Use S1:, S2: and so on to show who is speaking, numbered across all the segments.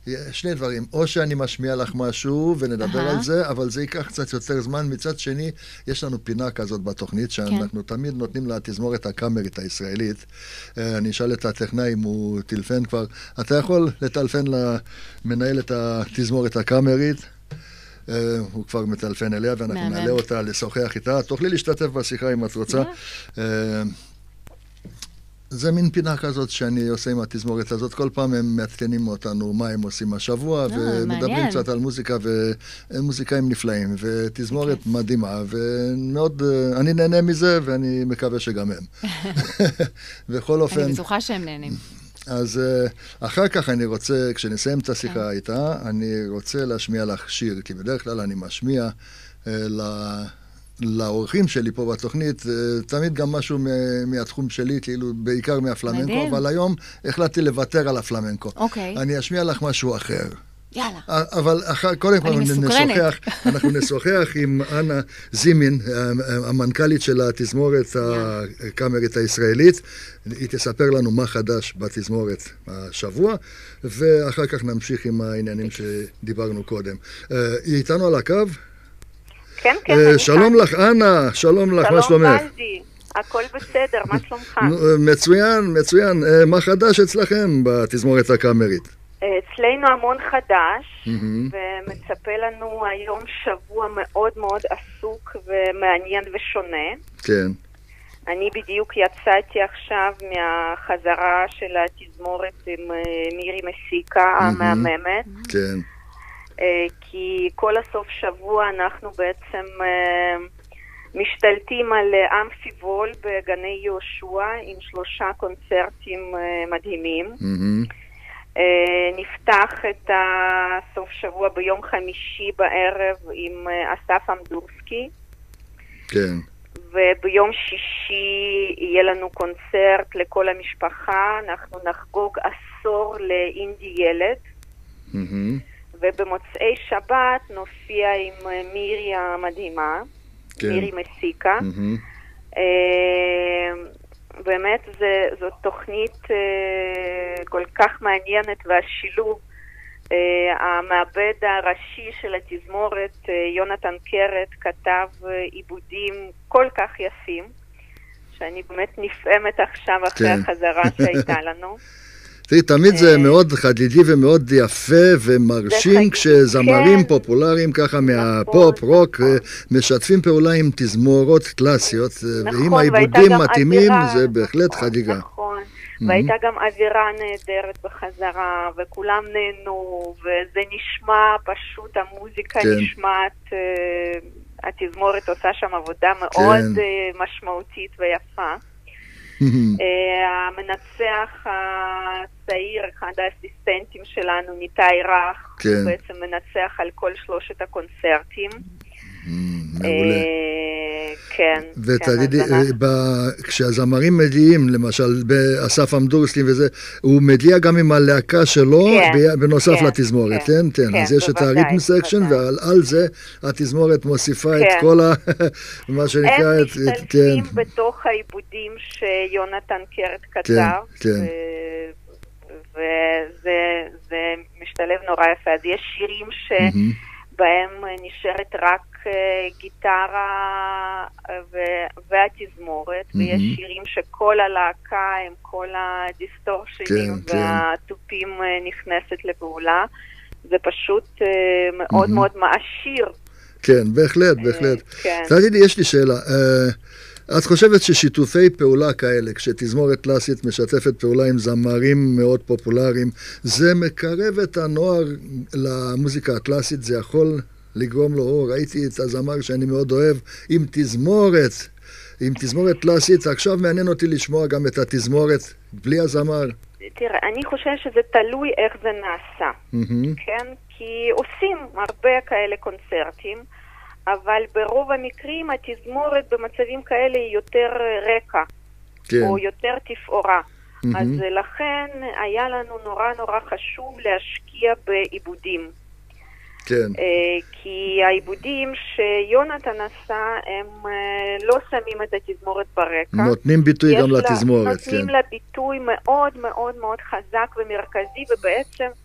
S1: שני דברים, או שאני משמיע לך משהו ונדבר על זה, אבל זה ייקח קצת יותר זמן. מצד שני, יש לנו פינה כזאת בתוכנית, שאנחנו תמיד נותנים לה תזמורת הקאמרית הישראלית. אני אשאל את הטכנאי אם הוא טלפן כבר. אתה יכול לטלפן למנהל את התזמורת הקאמרית? הוא כבר מטלפן אליה, ואנחנו נעלה אותה לשוחח איתה. תוכלי להשתתף בשיחה אם את רוצה. זה מין פינה כזאת שאני עושה עם התזמורת הזאת. כל פעם הם מעדכנים אותנו מה הם עושים השבוע, ומדברים קצת על מוזיקה, והם מוזיקאים נפלאים, ותזמורת מדהימה, ומאוד, אני נהנה מזה, ואני מקווה שגם הם. בכל אופן...
S2: אני בטוחה שהם נהנים.
S1: אז אחר כך אני רוצה, כשנסיים את השיחה איתה, אני רוצה להשמיע לך שיר, כי בדרך כלל אני משמיע לאורחים שלי פה בתוכנית, תמיד גם משהו מהתחום שלי, כאילו בעיקר מהפלמנקו, אבל היום החלטתי לוותר על הפלמנקו. אני אשמיע לך משהו אחר.
S2: יאללה.
S1: אבל קודם כל אנחנו נשוחח עם אנה זימין, המנכ"לית של התזמורת הקאמרית הישראלית. היא תספר לנו מה חדש בתזמורת השבוע, ואחר כך נמשיך עם העניינים שדיברנו קודם. היא איתנו על הקו?
S3: כן, כן.
S1: שלום לך, אנה, שלום לך, מה שלומך?
S3: שלום בלדי, הכל בסדר, מה שלומך?
S1: מצוין, מצוין. מה חדש אצלכם בתזמורת הקאמרית?
S3: אצלנו המון חדש, ומצפה לנו היום שבוע מאוד מאוד עסוק ומעניין ושונה.
S1: כן.
S3: אני בדיוק יצאתי עכשיו מהחזרה של התזמורת עם מירי מסיקה, המהממת.
S1: כן.
S3: כי כל הסוף שבוע אנחנו בעצם משתלטים על אמפיבול בגני יהושע עם 3 קונצרטים מדהימים. נפתח את הסוף שבוע ביום חמישי בערב עם אסף אמדורסקי.
S1: כן.
S3: וביום שישי יהיה לנו קונצרט לכל המשפחה. אנחנו נחגוג עשור לאינדי ילד. ובמוצאי שבת נופיע עם מירי המדהימה, מירי מסיקה. באמת זו תוכנית כל כך מעניינת, והשילוב, המעבד הראשי של התזמורת, יונתן קרת, כתב עיבודים כל כך יפים, שאני באמת נפעמת עכשיו אחרי החזרה שהייתה לנו.
S1: תראי, תמיד זה מאוד חדידי ומאוד יפה ומרשים כשזמרים פופולריים ככה מהפופ, רוק, משתפים פעולה עם תזמורות קלאסיות, ועם העיבודים מתאימים זה בהחלט חגיגה.
S3: נכון, והייתה גם אווירה נהדרת בחזרה, וכולם נהנו, וזה נשמע פשוט, המוזיקה נשמעת, התזמורת עושה שם עבודה מאוד משמעותית ויפה. המנצח הצעיר, אחד האסיסטנטים שלנו, ניתאי רך, הוא בעצם מנצח על כל 3 הקונצרטים.
S1: מעולה.
S3: כן.
S1: ותגידי, כשהזמרים מגיעים, למשל באסף אמדורסקי וזה, הוא מגיע גם עם הלהקה שלו בנוסף לתזמורת, כן? אז יש את הריתם סקשן, ועל זה התזמורת מוסיפה את כל מה שנקרא...
S3: הם משתלבים בתוך העיבודים שיונתן קרת כתב, וזה משתלב נורא יפה. אז יש שירים שבהם נשארת רק גיטרה והתזמורת, ויש שירים שכל הלהקה עם כל הדיסטורשנים והטופים נכנסת לפעולה. זה פשוט מאוד מאוד מעשיר.
S1: כן, בהחלט, בהחלט. תגידי, יש לי שאלה. את חושבת ששיתופי פעולה כאלה, כשתזמורת קלאסית משתפת פעולה עם זמרים מאוד פופולריים, זה מקרב את הנוער למוזיקה הקלאסית? זה יכול לגרום לו, ראיתי את הזמר שאני מאוד אוהב, עם תזמורת קלאסית, עכשיו מעניין אותי לשמוע גם את התזמורת בלי הזמר.
S3: תראה, אני חושב שזה תלוי איך זה נעשה, כן? כי עושים הרבה כאלה קונצרטים, אבל ברוב המקרים התזמורת במצבים כאלה היא יותר רקע, או יותר תפאורה. אז לכן היה לנו נורא נורא חשוב להשקיע בעיבודים.
S1: כן.
S3: כי העיבודים שיונתן עשה, הם לא שמים את התזמורת ברקע.
S1: נותנים ביטוי גם לתזמורת.
S3: נותנים לה ביטוי מאוד מאוד מאוד חזק ומרכזי, ובעצם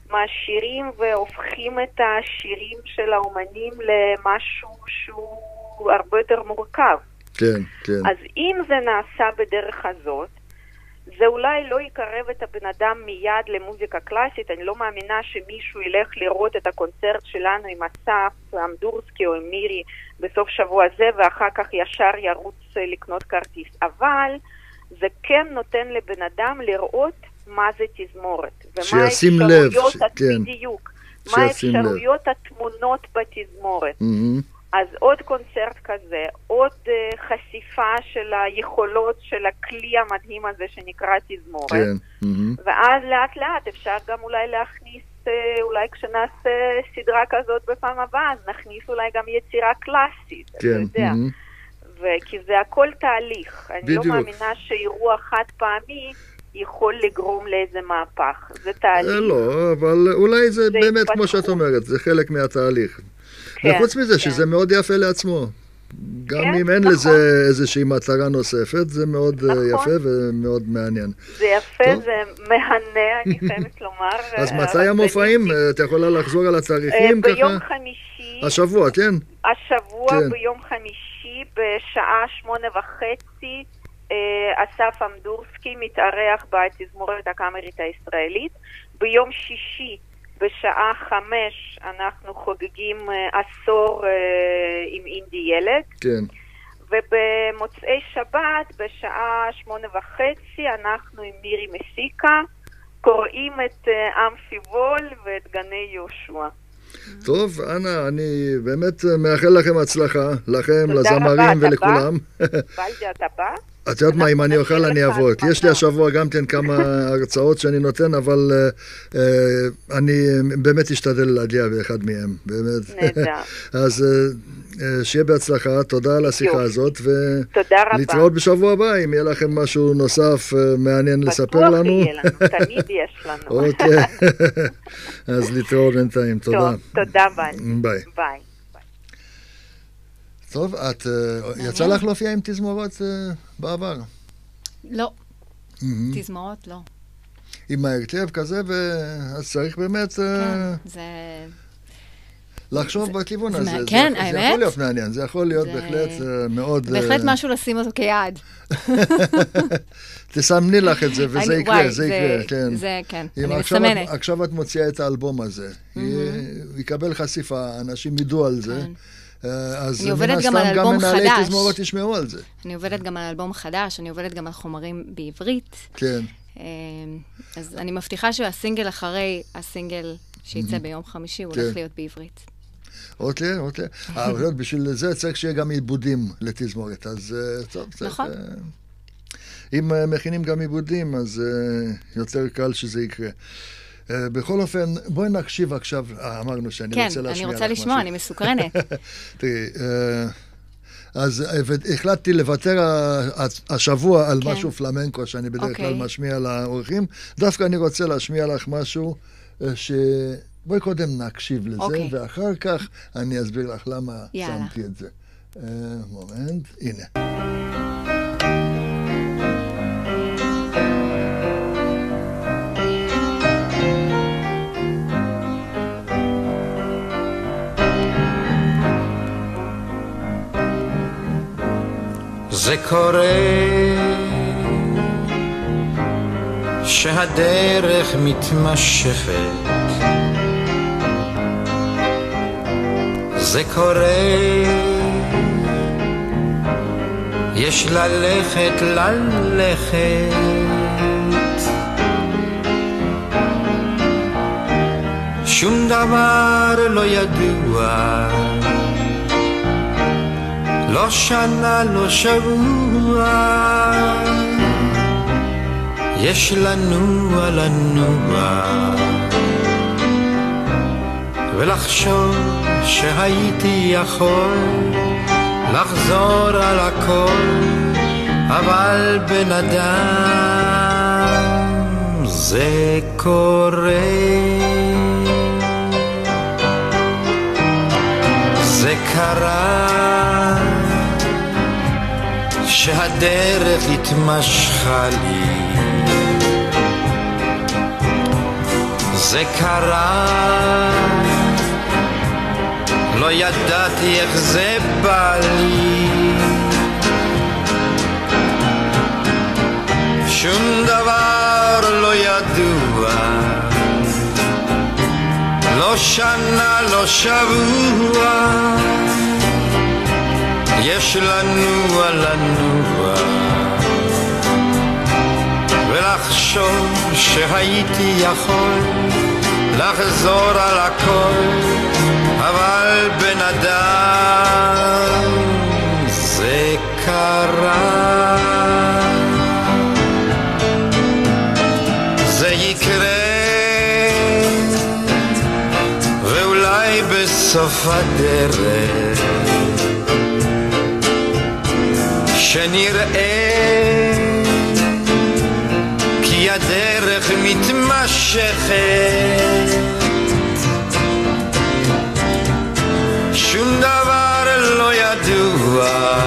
S3: מעשירים והופכים את השירים של האומנים למשהו שהוא הרבה יותר מורכב.
S1: כן, כן.
S3: אז אם זה נעשה בדרך הזאת, זה אולי לא יקרב את הבן אדם מיד למוזיקה קלאסית. אני לא מאמינה שמישהו ילך לראות את הקונצרט שלנו עם אסף אמדורסקי או עם מירי בסוף שבוע זה, ואחר כך ישר ירוץ לקנות כרטיס. אבל זה כן נותן לבן אדם לראות מה זה תזמורת. ומה האפשרויות, בדיוק, מה האפשרויות התמונות בתזמורת. אז עוד קונצרט כזה, עוד חשיפה של היכולות של הכלי המדהים הזה שנקרא תזמורת. כן. ואז לאט לאט אפשר גם אולי להכניס, אולי כשנעשה סדרה כזאת בפעם הבאה, אז נכניס אולי גם יצירה קלאסית, אתה יודע. כי זה הכל תהליך. אני לא מאמינה שאירוע חד פעמי יכול לגרום לאיזה מהפך. זה תהליך.
S1: לא, אבל אולי זה באמת כמו שאת אומרת, זה חלק מהתהליך. וחוץ מזה שזה מאוד יפה לעצמו. גם אם אין לזה איזושהי מטרה נוספת, זה מאוד יפה ומאוד מעניין.
S3: זה יפה, זה מהנה, אני חייבת לומר.
S1: אז מתי המופעים? אתה יכולה לחזור על התאריכים ככה?
S3: ביום חמישי.
S1: השבוע, כן?
S3: השבוע ביום חמישי בשעה 8:30 אסף אמדורסקי מתארח בתזמורת הקאמרית הישראלית. ביום שישי בשעה 5 אנחנו חוגגים עשור עם אינדי ילד. כן. ובמוצאי שבת בשעה 8:30 אנחנו עם מירי מסיקה קוראים את אמפיבול ואת גני יהושע.
S1: טוב, אנה, אני באמת מאחל לכם הצלחה, לכם, לזמרים ולכולם.
S3: בלדה, אתה בא?
S1: את יודעת מה, אם אני אוכל אני אעבוד. יש לי השבוע גם כן כמה הרצאות שאני נותן, אבל אני באמת אשתדל להגיע באחד מהם, באמת.
S3: נהדר.
S1: אז שיהיה בהצלחה, תודה על השיחה הזאת,
S3: ולהתראות
S1: בשבוע הבא, אם יהיה לכם משהו נוסף מעניין לספר לנו.
S3: בטוח יהיה לנו, תמיד יש לנו.
S1: אוקיי, אז להתראות בינתיים, תודה.
S3: טוב, תודה,
S1: ביי.
S3: ביי.
S1: טוב, את יצא לך להופיע עם תזמורות בעבר?
S2: לא. תזמורות לא.
S1: עם ההרכב כזה, אז צריך באמת...
S2: כן, זה...
S1: לחשוב בכיוון הזה.
S2: כן, האמת?
S1: זה יכול להיות מעניין, זה יכול להיות בהחלט מאוד...
S2: בהחלט משהו לשים אותו כיעד.
S1: תסמני לך את זה, וזה יקרה, זה יקרה, כן.
S2: זה, כן, אני מסמנת.
S1: עכשיו את מוציאה את האלבום הזה. יקבל חשיפה, אנשים ידעו על זה. אז מן הסתם גם מנהלי תזמורות ישמעו על זה.
S2: אני עובדת גם על אלבום חדש, אני עובדת גם על חומרים בעברית.
S1: כן.
S2: אז אני מבטיחה שהסינגל אחרי הסינגל שיצא ביום חמישי, הוא הולך להיות בעברית.
S1: אוקיי. אבל בשביל זה צריך שיהיה גם עיבודים לתזמורת, אז טוב, צריך...
S2: נכון.
S1: אם מכינים גם עיבודים, אז יותר קל שזה יקרה. בכל אופן, בואי נקשיב עכשיו, אמרנו שאני רוצה להשמיע לך משהו.
S2: כן, אני רוצה לשמוע, אני מסוקרנת.
S1: תראי, אז החלטתי לוותר השבוע על משהו פלמנקו, שאני בדרך כלל משמיע לאורחים. דווקא אני רוצה להשמיע לך משהו בואי קודם נקשיב לזה, ואחר כך אני אסביר לך למה שמתי את זה. מומנט, הנה.
S4: זה קורה שהדרך מתמשכת, זה קורה יש ללכת שום דבר לא ידוע, לא שנה, לא שבוע, יש לנוע ולחשוב שהייתי יכול לחזור על הכל, אבל בן אדם זה קורה, זה קרה שהדרך התמשכה לי, זה קרה, לא ידעתי איך זה בא לי, שום דבר לא ידוע, לא שנה, לא שבוע, יש לנוע ולחשוב שהייתי יכול לחזור על הכל, אבל בן אדם זה קרה, זה יקרה ואולי בסוף הדרך שנראה כי הדרך מתמשכת, שום דבר לא ידוע,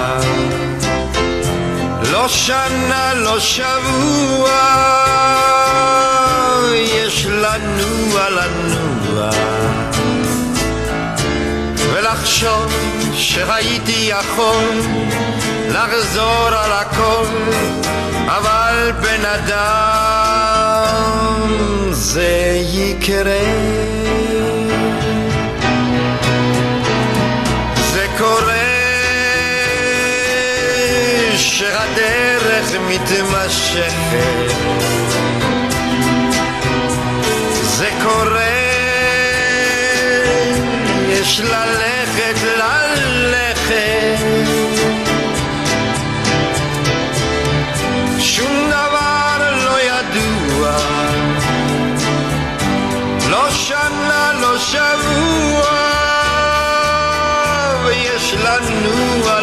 S4: לא שנה, לא שבוע, יש לנוע ולחשוב שהייתי יכול לחזור על הכל, אבל בן אדם זה יקרה, זה קורה שהדרך מתמשכת, זה קורה, יש ללכת, שום דבר לא ידוע, לא שנה, לא שבוע, ויש לנוע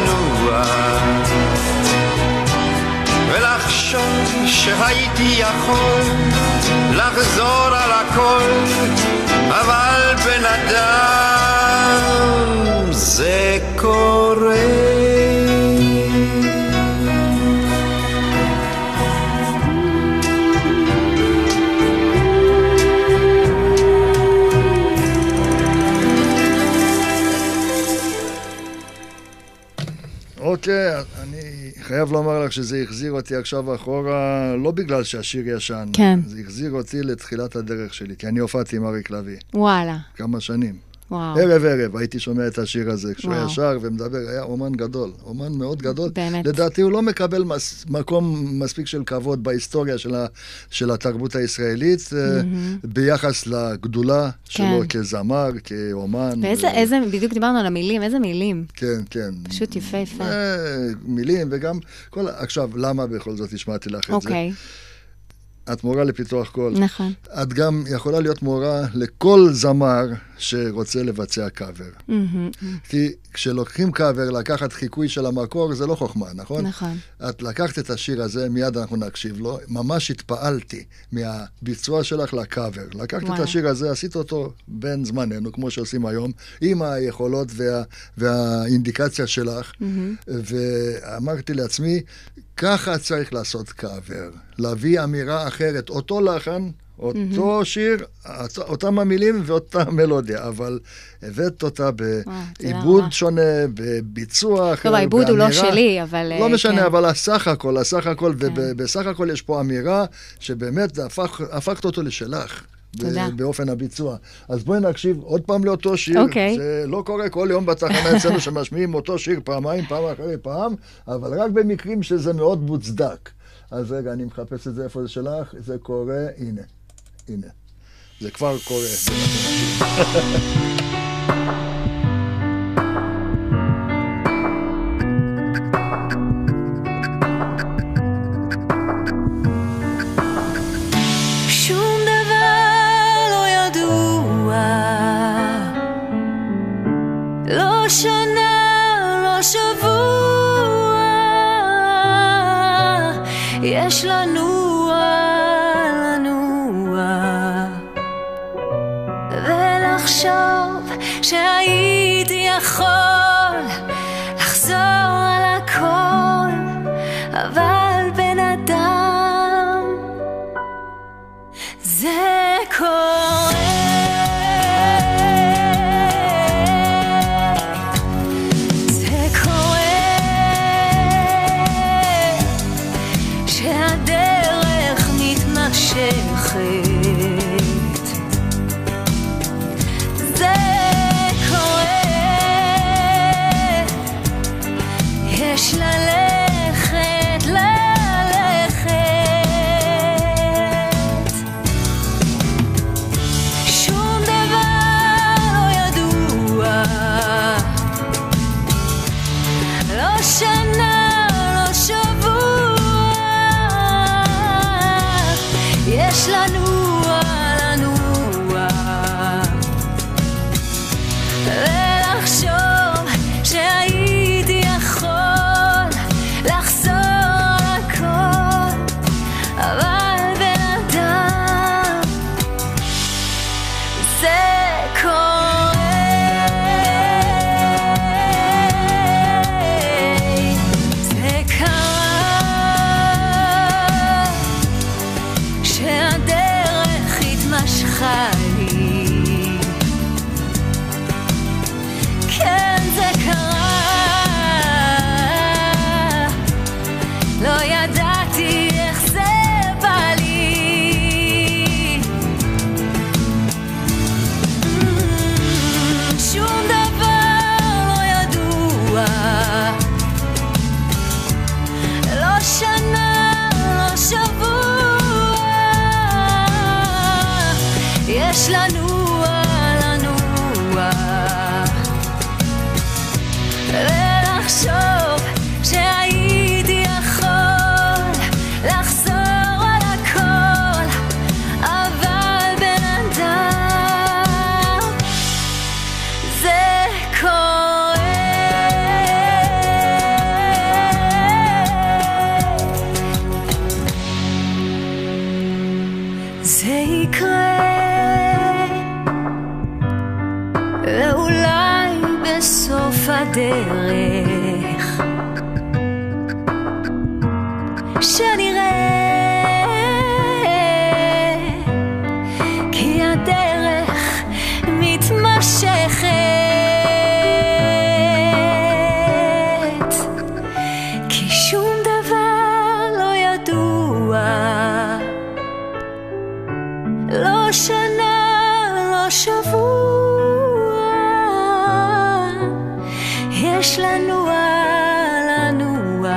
S4: ולחשוב שהייתי יכול לחזור על הכל, אבל בן אדם זה קורה.
S1: אוקיי, אני חייב לומר לך שזה החזיר אותי עכשיו אחורה, לא בגלל שהשיר ישן.
S2: כן.
S1: זה החזיר אותי לתחילת הדרך שלי, כי אני הופעתי עם אריק לביא.
S2: וואלה.
S1: כמה שנים.
S2: וואו.
S1: ערב הייתי שומע את השיר הזה, כשהוא היה שר ומדבר, היה אומן גדול, אומן מאוד גדול.
S2: באמת.
S1: לדעתי הוא לא מקבל מקום מספיק של כבוד בהיסטוריה של התרבות הישראלית, ביחס לגדולה שלו כזמר, כאומן.
S2: ואיזה, בדיוק דיברנו על המילים, איזה מילים.
S1: כן, כן.
S2: פשוט יפה.
S1: מילים וגם, עכשיו, למה בכל זאת השמעתי לך את זה?
S2: אוקיי.
S1: את מורה לפיתוח קול.
S2: נכון.
S1: את גם יכולה להיות מורה לכל זמר שרוצה לבצע קאבר. כי כשלוקחים קאבר, לקחת חיקוי של המקור, זה לא חוכמה, נכון?
S2: נכון.
S1: את לקחת את השיר הזה, מיד אנחנו נקשיב לו. ממש התפעלתי מהביצוע שלך לקאבר. לקחת את השיר הזה, עשית אותו בין זמננו, כמו שעושים היום, עם היכולות והאינדיקציה שלך. ואמרתי לעצמי, ככה צריך לעשות קאבר. להביא אמירה אחרת, אותו לחן, אותו שיר, אותם המילים ואותה מלודיה, אבל הבאת אותה בעיבוד שונה, בביצוע אחר,
S2: טוב, העיבוד הוא לא שלי, אבל...
S1: לא משנה, אבל הסך הכל, ובסך הכל יש פה אמירה שבאמת הפכת אותו לשלך. באופן הביצוע. אז בואי נקשיב עוד פעם לאותו שיר. זה לא קורה כל יום בתחנה אצלנו שמשמיעים אותו שיר פעמיים, פעם אחרי פעם, אבל רק במקרים שזה מאוד מוצדק. אז רגע, אני מחפש את זה, איפה זה שלך? זה קורה, הנה. זה כבר קורה.
S5: לא שנה, לא שבוע, יש לנוע ולחשוב שהייתי יכול לחזור על הכל, אבל בן אדם זה כל יש לנוע, לנוע, ולחשוב שהייתי יכול לחזור על הכל, אבל בן אדם זה קורה. זה יקרה ואולי בסוף הדרך שנראה, כי הדרך מתמשכת, כי שום דבר לא ידוע, לא שנה, לא שבוע, יש לנוע, לנוע,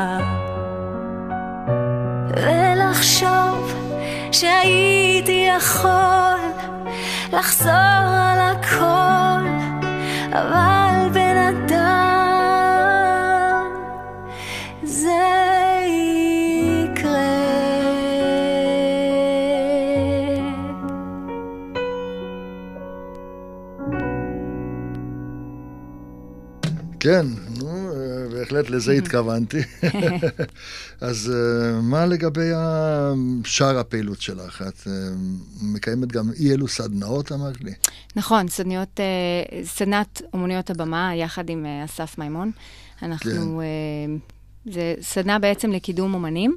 S5: ולחשוב שהייתי יכול לחזור על הכל, אבל בן אדם זה יקרה.
S1: כן, נו, בהחלט לזה התכוונתי. אז מה לגבי שאר הפעילות שלך? את מקיימת גם אי-אלו סדנאות, אמרת לי?
S2: נכון, סדנת אומנויות הבמה, יחד עם אסף מימון. אנחנו, זה סדנה בעצם לקידום אומנים.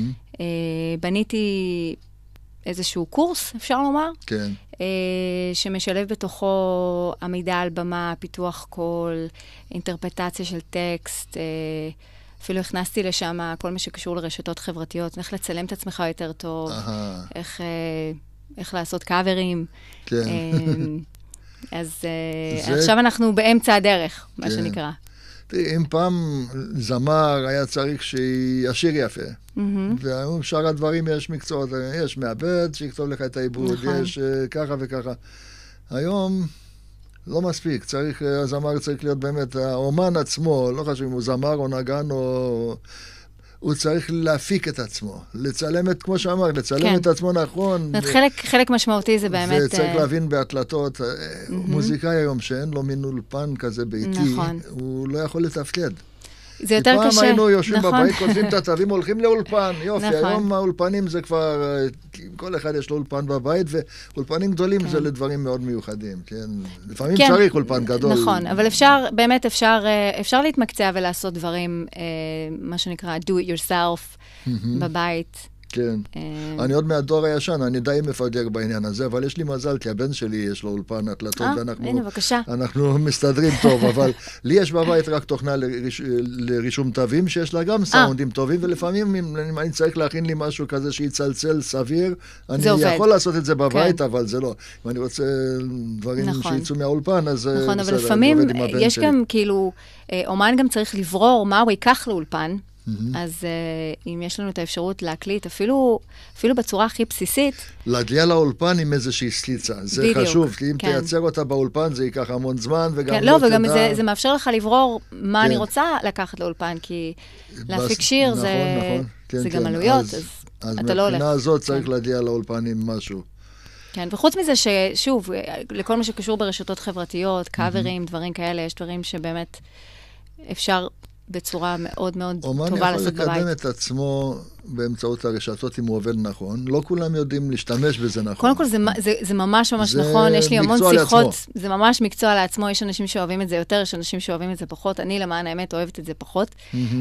S2: בניתי איזשהו קורס, אפשר לומר?
S1: כן.
S2: שמשלב בתוכו עמידה על במה, פיתוח קול, אינטרפטציה של טקסט, אפילו הכנסתי לשם כל מה שקשור לרשתות חברתיות, איך לצלם את עצמך יותר טוב, איך לעשות קאברים.
S1: כן.
S2: אז עכשיו אנחנו באמצע הדרך, מה שנקרא.
S1: תראי, אם פעם זמר היה צריך שישיר יפה, והיום שאר הדברים יש מקצועות, יש מעבד שיכתוב לך את העיבוד, יש ככה וככה. היום לא מספיק, הזמר צריך להיות באמת האומן עצמו, לא חשוב אם הוא זמר או נגן או... הוא צריך להפיק את עצמו, לצלם את, כמו שאמר, לצלם את עצמו נכון.
S2: חלק משמעותי זה באמת...
S1: וצריך להבין בהקלטות, מוזיקאי היום שאין לו מין אולפן כזה ביתי, הוא לא יכול לתפקד.
S2: זה יותר קשה.
S1: פעם היינו יושבים בבית, כותבים את התווים, הולכים לאולפן, יופי, היום האולפנים זה כבר, כל אחד יש לו אולפן בבית, ואולפנים גדולים זה לדברים מאוד מיוחדים, כן? לפעמים צריך אולפן גדול.
S2: נכון, אבל באמת אפשר להתמקצע ולעשות דברים, מה שנקרא do it yourself, בבית.
S1: כן. אני עוד מהדור הישן, אני די מפגר בעניין הזה, אבל יש לי מזל, כי הבן שלי יש לו אולפן הקלטות, ואנחנו מסתדרים טוב, אבל לי יש בבית רק תוכנה לרישום תווים, שיש לה גם סאונדים טובים, ולפעמים אם אני צריך להכין לי משהו כזה שיצלצל סביר, אני יכול לעשות את זה בבית, אבל זה לא. אם אני רוצה דברים שיצאו מהאולפן, אז בסדר.
S2: נכון, אבל לפעמים יש גם כאילו, אומן גם צריך לברור מה הוא ייקח לאולפן, אז אם יש לנו את האפשרות להקליט, אפילו בצורה הכי בסיסית...
S1: להגיע לאולפן עם איזושהי סליצה. זה חשוב, כי אם תייצר אותה באולפן, זה ייקח המון זמן, וגם לא תדע... לא, וגם זה מאפשר לך לברור מה אני רוצה לקחת לאולפן, כי להפיק שיר זה גם עלויות, אז אתה לא הולך. אז מבחינה הזאת צריך להגיע לאולפן עם משהו.
S2: כן, וחוץ מזה ששוב, לכל מה שקשור ברשתות חברתיות, קאברים, דברים כאלה, יש דברים שבאמת אפשר... בצורה מאוד מאוד טובה לעשות בבית.
S1: אומן יכול לקדם את עצמו באמצעות הרשתות אם הוא עובד נכון. לא כולם יודעים להשתמש בזה נכון.
S2: קודם כל זה ממש ממש נכון, יש לי המון שיחות, זה ממש מקצוע לעצמו, יש אנשים שאוהבים את זה יותר, יש אנשים שאוהבים את זה פחות, אני למען האמת אוהבת את זה פחות.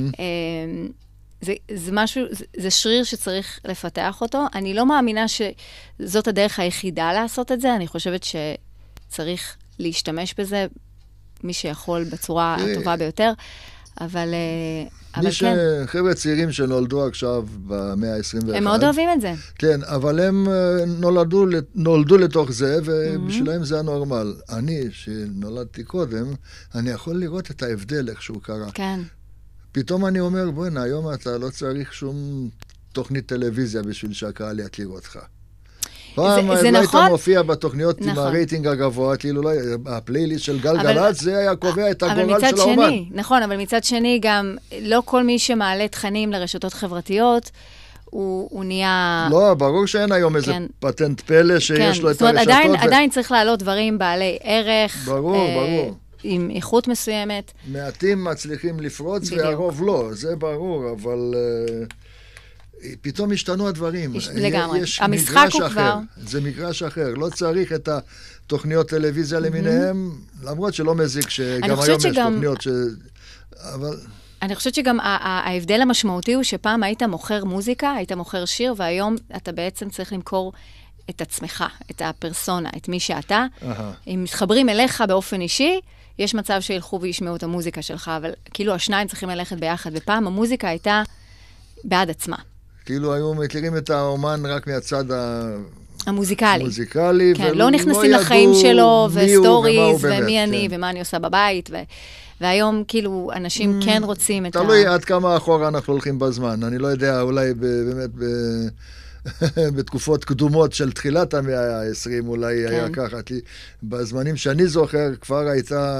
S2: זה משהו, זה שריר שצריך לפתח אותו. אני לא מאמינה שזאת הדרך היחידה לעשות את זה, אני חושבת שצריך להשתמש בזה, מי שיכול בצורה הטובה ביותר, אבל כן.
S1: חבר'ה צעירים שנולדו עכשיו במאה ה-21.
S2: הם מאוד אוהבים את זה.
S1: כן, אבל הם נולדו לתוך זה, ובשבילם זה הנורמל. אני, שנולדתי קודם, אני יכול לראות את ההבדל איך שהוא קרה.
S2: כן.
S1: פתאום אני אומר, בוא'נה, היום אתה לא צריך שום תוכנית טלוויזיה בשביל שהקהל יכיר אותך. פעם לא היית מופיע בתוכניות עם הרייטינג הגבוה, כאילו הפלייליסט של גלגלצ, זה היה קובע את הגורל של האומן.
S2: נכון, אבל מצד שני גם לא כל מי שמעלה תכנים לרשתות חברתיות, הוא נהיה...
S1: לא, ברור שאין היום איזה פטנט פלא שיש לו את הרשתות.
S2: זאת אומרת, עדיין צריך לעלות דברים בעלי ערך.
S1: ברור.
S2: עם איכות מסוימת.
S1: מעטים מצליחים לפרוץ והרוב לא, זה ברור, אבל... פתאום השתנו הדברים.
S2: לגמרי.
S1: המשחק הוא כבר... זה מגרש אחר. לא צריך את התוכניות טלוויזיה למיניהם, למרות שלא מזיק שגם היום יש תוכניות ש... אבל...
S2: אני חושבת שגם ההבדל המשמעותי הוא שפעם היית מוכר מוזיקה, היית מוכר שיר, והיום אתה בעצם צריך למכור את עצמך, את הפרסונה, את מי שאתה. אם מתחברים אליך באופן אישי, יש מצב שילכו וישמעו את המוזיקה שלך, אבל כאילו השניים צריכים ללכת ביחד, ופעם המוזיקה הייתה בעד עצמה.
S1: כאילו היו מכירים את האומן רק מהצד
S2: המוזיקלי. כן, לא נכנסים לחיים שלו, וסטוריז, ומי אני, ומה אני עושה בבית, והיום כאילו אנשים כן רוצים את
S1: תלוי עד כמה אחורה אנחנו הולכים בזמן. אני לא יודע, אולי באמת בתקופות קדומות של תחילת המאה ה-20, אולי היה ככה. בזמנים שאני זוכר, כבר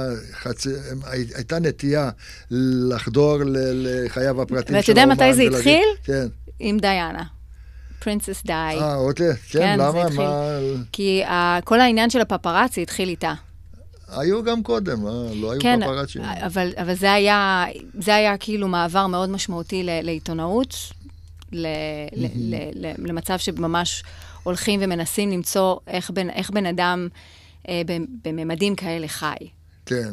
S1: הייתה נטייה לחדור לחייו הפרטים של האומן.
S2: ואתה יודע מתי זה התחיל?
S1: כן.
S2: עם דיאנה. פרינסס די.
S1: אוקיי. כן, למה?
S2: כי כל העניין של הפפרצי התחיל איתה.
S1: היו גם קודם, לא היו פפרצ'ים.
S2: אבל זה היה כאילו מעבר מאוד משמעותי לעיתונאות, למצב שממש הולכים ומנסים למצוא איך בן אדם בממדים כאלה חי.
S1: כן.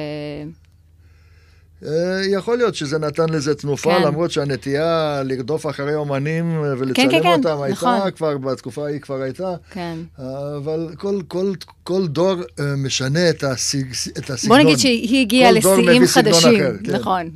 S1: יכול להיות שזה נתן לזה תנופה, למרות שהנטייה לרדוף אחרי אומנים ולצלם אותם הייתה, כבר בתקופה ההיא כבר הייתה.
S2: כן.
S1: אבל כל דור משנה את הסגנון.
S2: בוא נגיד שהיא הגיעה לשיאים חדשים. נכון.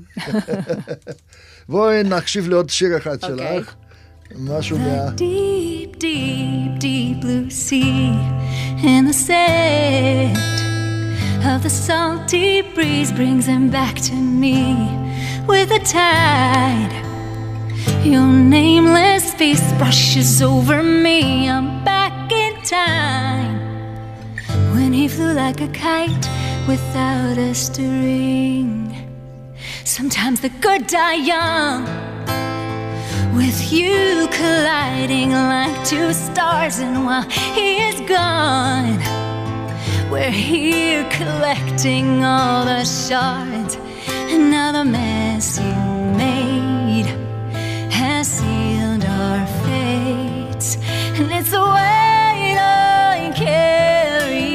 S1: בואי נקשיב לעוד שיר אחד שלך. משהו מה...
S5: Deep, deep, deep blue sea in the sand of the salty breeze brings him back to me with the tide. Your nameless face brushes over me. I'm back in time when he flew like a kite without a string. Sometimes the good die young, with you colliding like two stars. And while he is gone, we're here collecting all the shards. And now the mess you made has sealed our fates, and it's the weight I carry.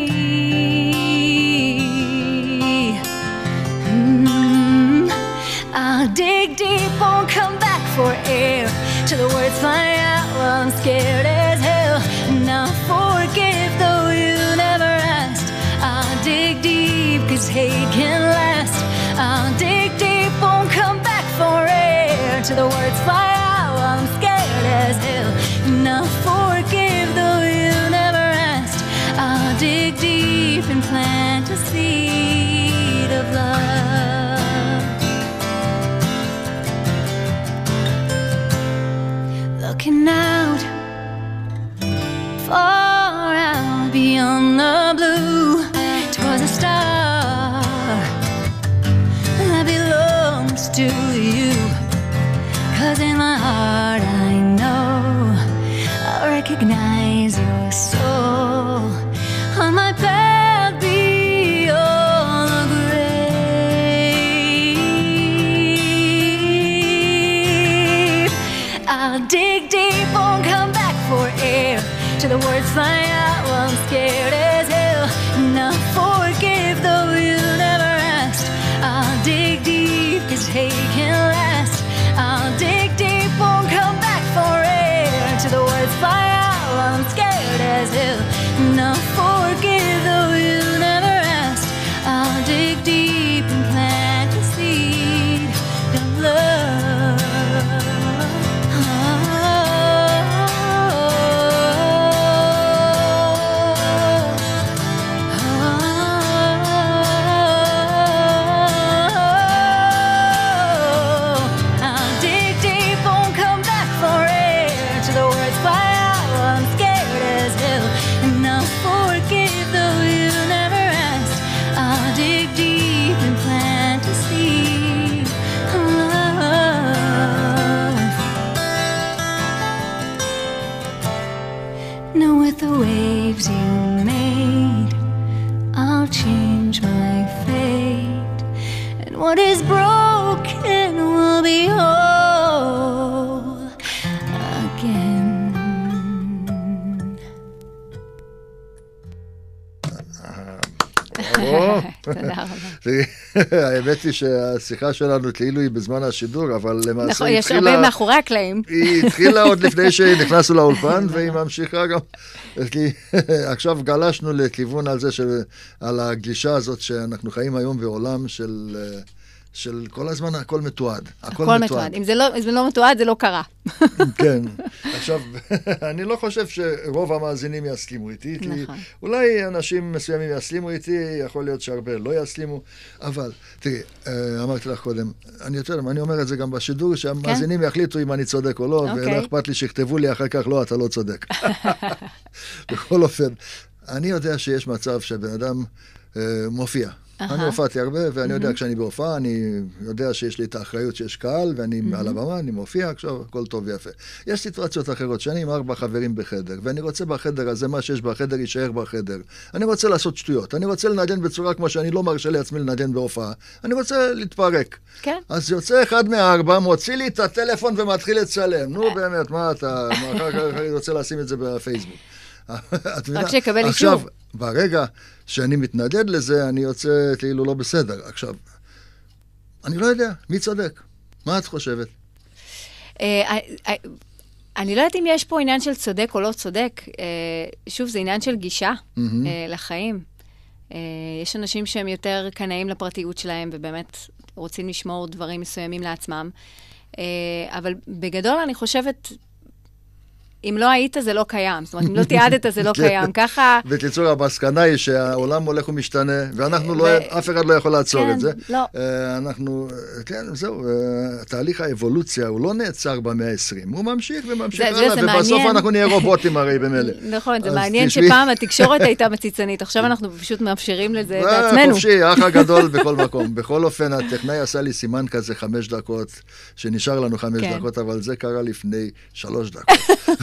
S5: I'll dig deep, won't come back for air, till the words fly out while I'm scared as hell. And I'll forgive though you never asked. I'll dig deep, cause hate can last. I'll dig deep, won't come back for air, till the words fly out while I'm scared as hell. And I'll forgive though you never asked. I'll dig deep and plant a seed of love. Looking out, far out beyond the blue, twas a star that belongs to you. 'Cause in my heart I know, I recognize your soul on my path beyond the grave.
S2: תודה רבה.
S1: האמת היא שהשיחה שלנו כאילו היא בזמן השידור, אבל למעשה
S2: נכון, יש הרבה מאחורי הקלעים.
S1: היא התחילה עוד לפני שנכנסנו לאולפן, והיא ממשיכה גם, כי עכשיו גלשנו לכיוון על זה, על הגלישה הזאת שאנחנו חיים היום בעולם של כל הזמן הכל מתועד.
S2: הכל מתועד. אם זה לא מתועד, זה לא קרה.
S1: כן. עכשיו, אני לא חושב שרוב המאזינים יסלימו איתי, כי אולי אנשים מסוימים יסלימו איתי, יכול להיות שהרבה לא יסלימו, אבל, תראי, אמרתי לך קודם, אני אומר את זה גם בשידור, שהמאזינים יחליטו אם אני צודק או לא, ולא אכפת לי שיכתבו לי אחר כך, לא, אתה לא צודק. בכל אופן, אני יודע שיש מצב שבן אדם מופיע. אני הופעתי הרבה, ואני יודע כשאני בהופעה, אני יודע שיש לי את האחריות שיש קהל, ואני על הבמה, אני מופיע, עכשיו הכל טוב ויפה. יש סיטואציות אחרות, שאני עם 4 חברים בחדר, ואני רוצה בחדר הזה, מה שיש בחדר יישאר בחדר. אני רוצה לעשות שטויות, אני רוצה לנגן בצורה כמו שאני לא מרשה לעצמי לנגן בהופעה. אני רוצה להתפרק.
S2: כן.
S1: אז יוצא אחד מ4, מוציא לי את הטלפון ומתחיל לצלם. נו באמת, מה אתה, אחר כך אני רוצה לשים את זה בפייסבוק.
S2: רק שיקבל אישור.
S1: עכשיו, ברגע שאני מתנדד לזה, אני יוצא כאילו לא בסדר. עכשיו, אני לא יודע, מי צודק? מה את חושבת?
S2: אני לא יודעת אם יש פה עניין של צודק או לא צודק. שוב, זה עניין של גישה לחיים. יש אנשים שהם יותר קנאים לפרטיות שלהם, ובאמת רוצים לשמור דברים מסוימים לעצמם. אבל בגדול אני חושבת, אם לא היית, זה לא קיים. זאת אומרת, אם לא תיעדת, זה לא קיים. ככה...
S1: בקיצור, המסקנה היא שהעולם הולך ומשתנה, ואנחנו לא, אף אחד לא יכול לעצור את זה.
S2: כן, לא.
S1: אנחנו, כן, זהו, תהליך האבולוציה, הוא לא נעצר במאה ה-20, הוא ממשיך וממשיך הלאה, ובסוף אנחנו נהיה רובוטים הרי במילא.
S2: נכון, זה מעניין שפעם התקשורת הייתה מציצנית, עכשיו אנחנו פשוט מאפשרים לזה בעצמנו.
S1: חופשי, האח הגדול בכל מקום. בכל אופן, הטכנאי עשה לי סימן כזה 5 דקות, שנשאר לנו 5 דקות, אבל זה קרה לפני 3 דקות.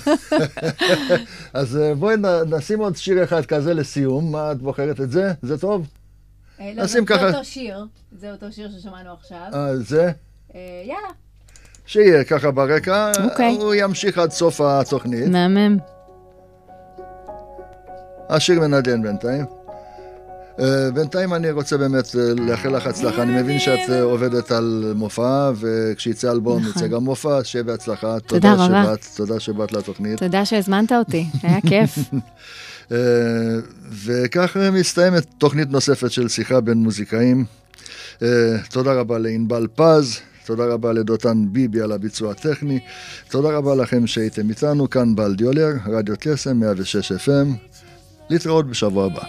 S1: אז בואי נשים עוד שיר אחד כזה לסיום. מה את בוחרת את זה? זה טוב?
S2: נשים ככה... זה אותו שיר ששמענו עכשיו.
S1: זה?
S2: יאללה.
S1: שיהיה ככה ברקע. הוא ימשיך עד סוף התוכנית.
S2: מהמם.
S1: השיר מנגן בינתיים. בינתיים אני רוצה באמת לאחל לך הצלחה. אני מבין שאת עובדת על מופע, וכשיצא אלבום יצא גם מופע, שיהיה בהצלחה.
S2: תודה רבה.
S1: תודה שבאת לתוכנית.
S2: תודה שהזמנת אותי, היה כיף.
S1: וכך מסתיימת תוכנית נוספת של שיחה בין מוזיקאים. תודה רבה לענבל פז, תודה רבה לדותן ביבי על הביצוע הטכני, תודה רבה לכם שהייתם איתנו, כאן בלדיולר, רדיו קסם 106 FM. להתראות בשבוע הבא.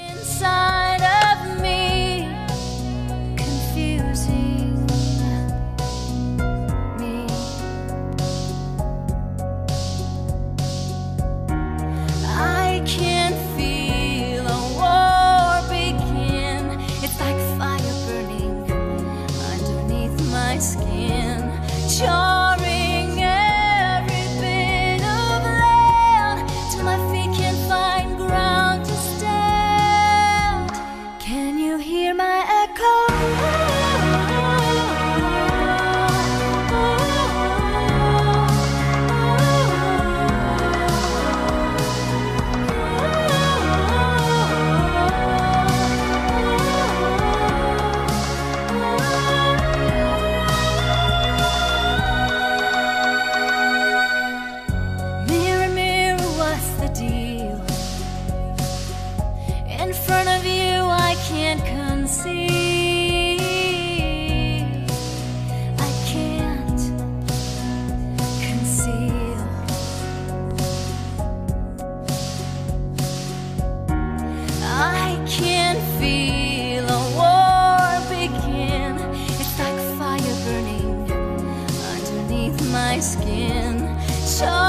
S5: my skin.